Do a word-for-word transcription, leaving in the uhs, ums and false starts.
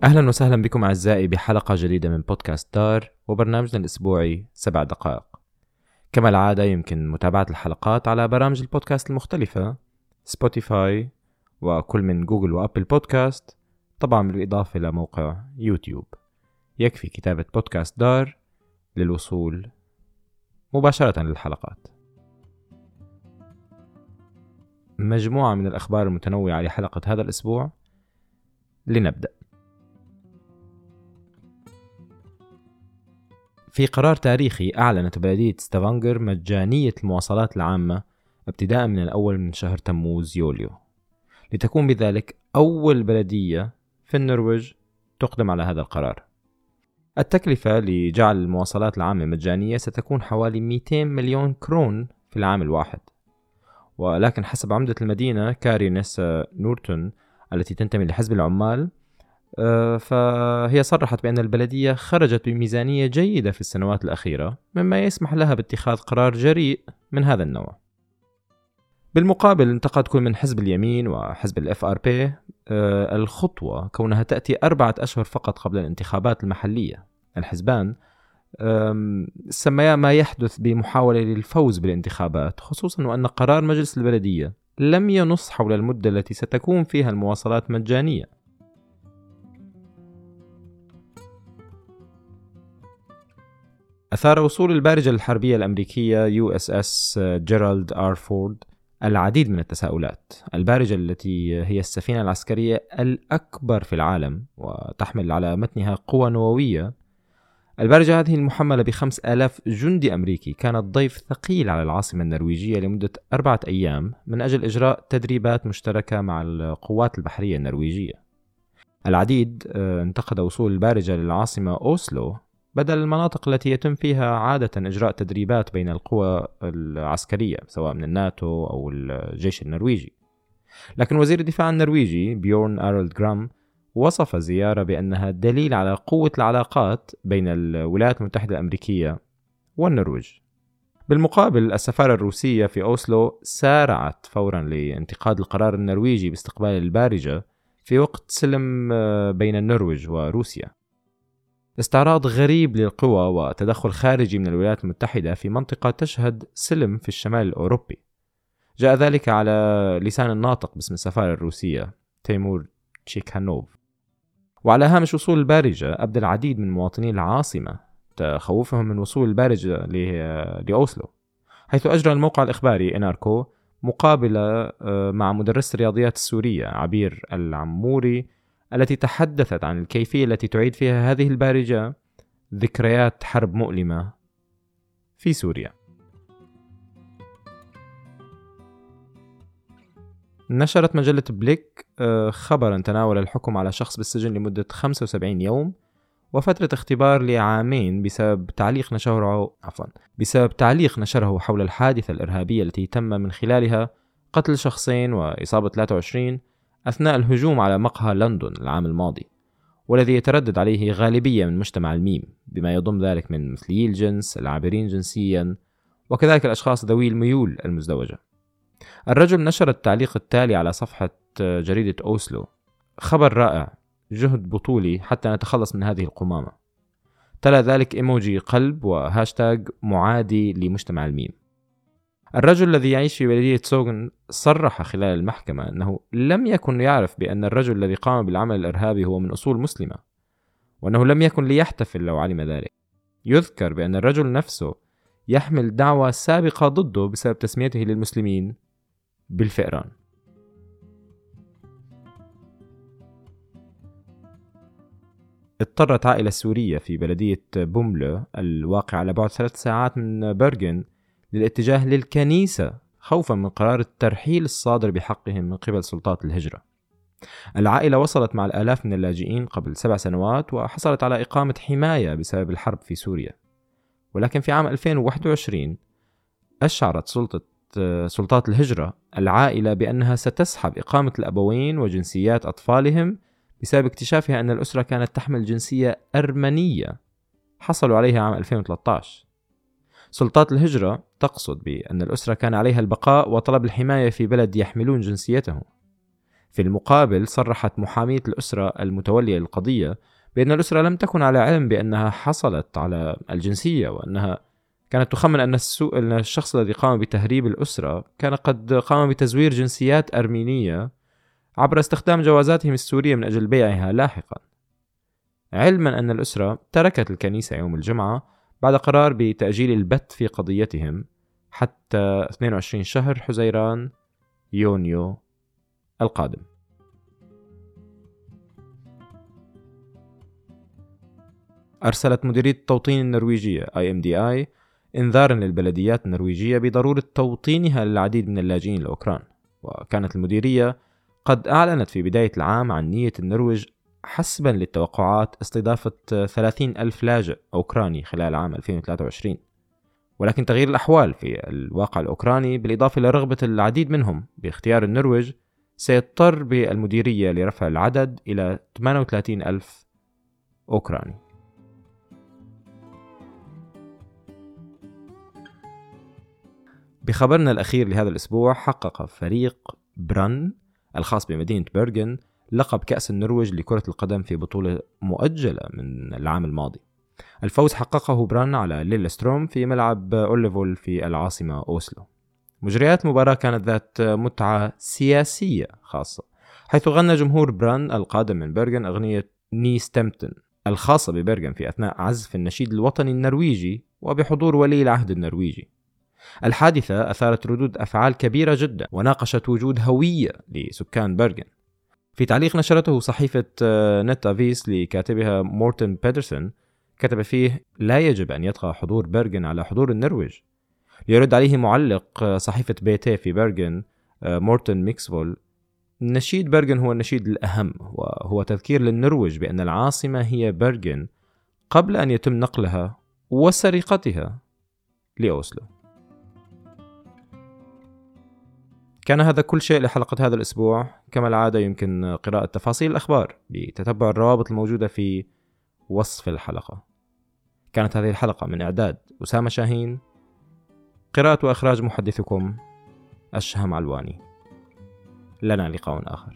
أهلا وسهلا بكم أعزائي بحلقة جديدة من بودكاست دار وبرنامجنا الأسبوعي سبع دقائق. كما العادة يمكن متابعة الحلقات على برامج البودكاست المختلفة سبوتيفاي وكل من جوجل وأبل بودكاست، طبعا بالإضافة إلى موقع يوتيوب. يكفي كتابة بودكاست دار للوصول مباشرة للحلقات. مجموعة من الأخبار المتنوعة لحلقة هذا الأسبوع. لنبدأ. في قرار تاريخي أعلنت بلدية ستافانغر مجانية المواصلات العامة ابتداء من الأول من شهر تموز يوليو، لتكون بذلك أول بلدية في النرويج تقدم على هذا القرار. التكلفة لجعل المواصلات العامة مجانية ستكون حوالي مئتين مليون كرون في العام الواحد، ولكن حسب عمدة المدينة كاري نيسا نورتون التي تنتمي لحزب العمال، فهي صرحت بأن البلدية خرجت بميزانية جيدة في السنوات الأخيرة، مما يسمح لها باتخاذ قرار جريء من هذا النوع. بالمقابل انتقد كل من حزب اليمين وحزب الاف ار بي الخطوة كونها تأتي أربعة أشهر فقط قبل الانتخابات المحلية. الحزبان سميا ما يحدث بمحاولة للفوز بالانتخابات، خصوصا وأن قرار مجلس البلدية لم ينص حول المدة التي ستكون فيها المواصلات مجانية. أثار وصول البارجة الحربية الأمريكية يو إس إس جيرالد آر فورد العديد من التساؤلات. البارجة التي هي السفينة العسكرية الأكبر في العالم وتحمل على متنها قوة نووية، البارجة هذه المحملة بخمس آلاف جندي أمريكي كانت ضيف ثقيل على العاصمة النرويجية لمدة أربعة أيام من أجل إجراء تدريبات مشتركة مع القوات البحرية النرويجية. العديد انتقد وصول البارجة للعاصمة أوسلو بدل المناطق التي يتم فيها عادة إجراء تدريبات بين القوى العسكرية سواء من الناتو أو الجيش النرويجي. لكن وزير الدفاع النرويجي بيورن أرلد جرام وصف الزيارة بأنها دليل على قوة العلاقات بين الولايات المتحدة الأمريكية والنرويج. بالمقابل السفارة الروسية في أوسلو سارعت فورا لانتقاد القرار النرويجي باستقبال البارجة في وقت سلم بين النرويج وروسيا. استعراض غريب للقوى وتدخل خارجي من الولايات المتحدة في منطقة تشهد سلم في الشمال الأوروبي. جاء ذلك على لسان الناطق باسم السفارة الروسية تيمور تشيكهانوف. وعلى هامش وصول البارجة أبدى العديد من مواطني العاصمة تخوفهم من وصول البارجة لأوسلو، حيث أجرى الموقع الإخباري إناركو مقابلة مع مدرسة الرياضيات السورية عبير العموري التي تحدثت عن الكيفية التي تعيد فيها هذه البارجة ذكريات حرب مؤلمة في سوريا. نشرت مجلة بليك خبرا تناول الحكم على شخص بالسجن لمدة خمسة وسبعين يوم وفترة اختبار لعامين بسبب تعليق نشره عفوا بسبب تعليق نشره حول الحادثة الإرهابية التي تم من خلالها قتل شخصين وإصابة ثلاثة وعشرين أثناء الهجوم على مقهى لندن العام الماضي، والذي يتردد عليه غالبية من مجتمع الميم بما يضم ذلك من مثليي الجنس العابرين جنسيا وكذلك الأشخاص ذوي الميول المزدوجة. الرجل نشر التعليق التالي على صفحة جريدة أوسلو: خبر رائع، جهد بطولي حتى نتخلص من هذه القمامة. تلا ذلك إيموجي قلب وهاشتاج معادي لمجتمع الميم. الرجل الذي يعيش في بلدية سوغن صرح خلال المحكمة أنه لم يكن يعرف بأن الرجل الذي قام بالعمل الإرهابي هو من أصول مسلمة، وأنه لم يكن ليحتفل لو علم ذلك. يذكر بأن الرجل نفسه يحمل دعوى سابقة ضده بسبب تسميته للمسلمين بالفئران. اضطرت عائلة سورية في بلدية بوملو الواقع على بعد ثلاث ساعات من برغن للاتجاه للكنيسة خوفا من قرار الترحيل الصادر بحقهم من قبل سلطات الهجرة. العائلة وصلت مع الآلاف من اللاجئين قبل سبع سنوات وحصلت على إقامة حماية بسبب الحرب في سوريا، ولكن في عام ألفين وواحد وعشرين أشعرت سلطة سلطات الهجرة العائلة بأنها ستسحب إقامة الأبوين وجنسيات أطفالهم بسبب اكتشافها أن الأسرة كانت تحمل جنسية أرمنية حصلوا عليها عام ألفين وثلاثة عشر. سلطات الهجرة تقصد بأن الأسرة كان عليها البقاء وطلب الحماية في بلد يحملون جنسيته. في المقابل صرحت محامية الأسرة المتولية للقضية بأن الأسرة لم تكن على علم بأنها حصلت على الجنسية، وأنها كانت تخمن أن, السوء أن الشخص الذي قام بتهريب الأسرة كان قد قام بتزوير جنسيات أرمينية عبر استخدام جوازاتهم السورية من أجل بيعها لاحقا، علما أن الأسرة تركت الكنيسة يوم الجمعة بعد قرار بتأجيل البت في قضيتهم حتى اثنين وعشرين شهر حزيران يونيو القادم. أرسلت مديرية التوطين النرويجية آي إم دي آي إنذارا للبلديات النرويجية بضرورة توطينها للعديد من اللاجئين الأوكران، وكانت المديرية قد أعلنت في بداية العام عن نية النرويج حسبا للتوقعات استضافة ثلاثين ألف لاجئ أوكراني خلال عام ألفين وثلاثة وعشرين، ولكن تغيير الأحوال في الواقع الأوكراني بالإضافة لرغبة العديد منهم باختيار النرويج سيضطر بالمديرية لرفع العدد إلى ثمانية وثلاثين ألف أوكراني. بخبرنا الأخير لهذا الأسبوع، حقق فريق بران الخاص بمدينة بيرغن لقب كأس النرويج لكرة القدم في بطولة مؤجلة من العام الماضي. الفوز حققه بران على ليلستروم في ملعب أوليفول في العاصمة أوسلو. مجريات المباراة كانت ذات متعة سياسية خاصة، حيث غنى جمهور بران القادم من بيرغن أغنية ني ستمتن الخاصة ببيرغن في أثناء عزف النشيد الوطني النرويجي وبحضور ولي العهد النرويجي. الحادثة أثارت ردود أفعال كبيرة جدا وناقشت وجود هوية لسكان بيرغن. في تعليق نشرته صحيفة نت أفيس لكاتبها مورتن بيترسون، كتب فيه: لا يجب أن يطغى حضور بيرغن على حضور النرويج. يرد عليه معلق صحيفة بيتي في بيرغن مورتن ميكسفول: نشيد بيرغن هو النشيد الأهم، وهو تذكير للنرويج بأن العاصمة هي بيرغن قبل أن يتم نقلها وسرقتها لأوسلو. كان هذا كل شيء لحلقة هذا الأسبوع. كما العادة يمكن قراءة تفاصيل الأخبار بتتبع الروابط الموجودة في وصف الحلقة. كانت هذه الحلقة من إعداد أسامة شاهين، قراءة وإخراج محدثكم أشهم علواني. لنا لقاء آخر.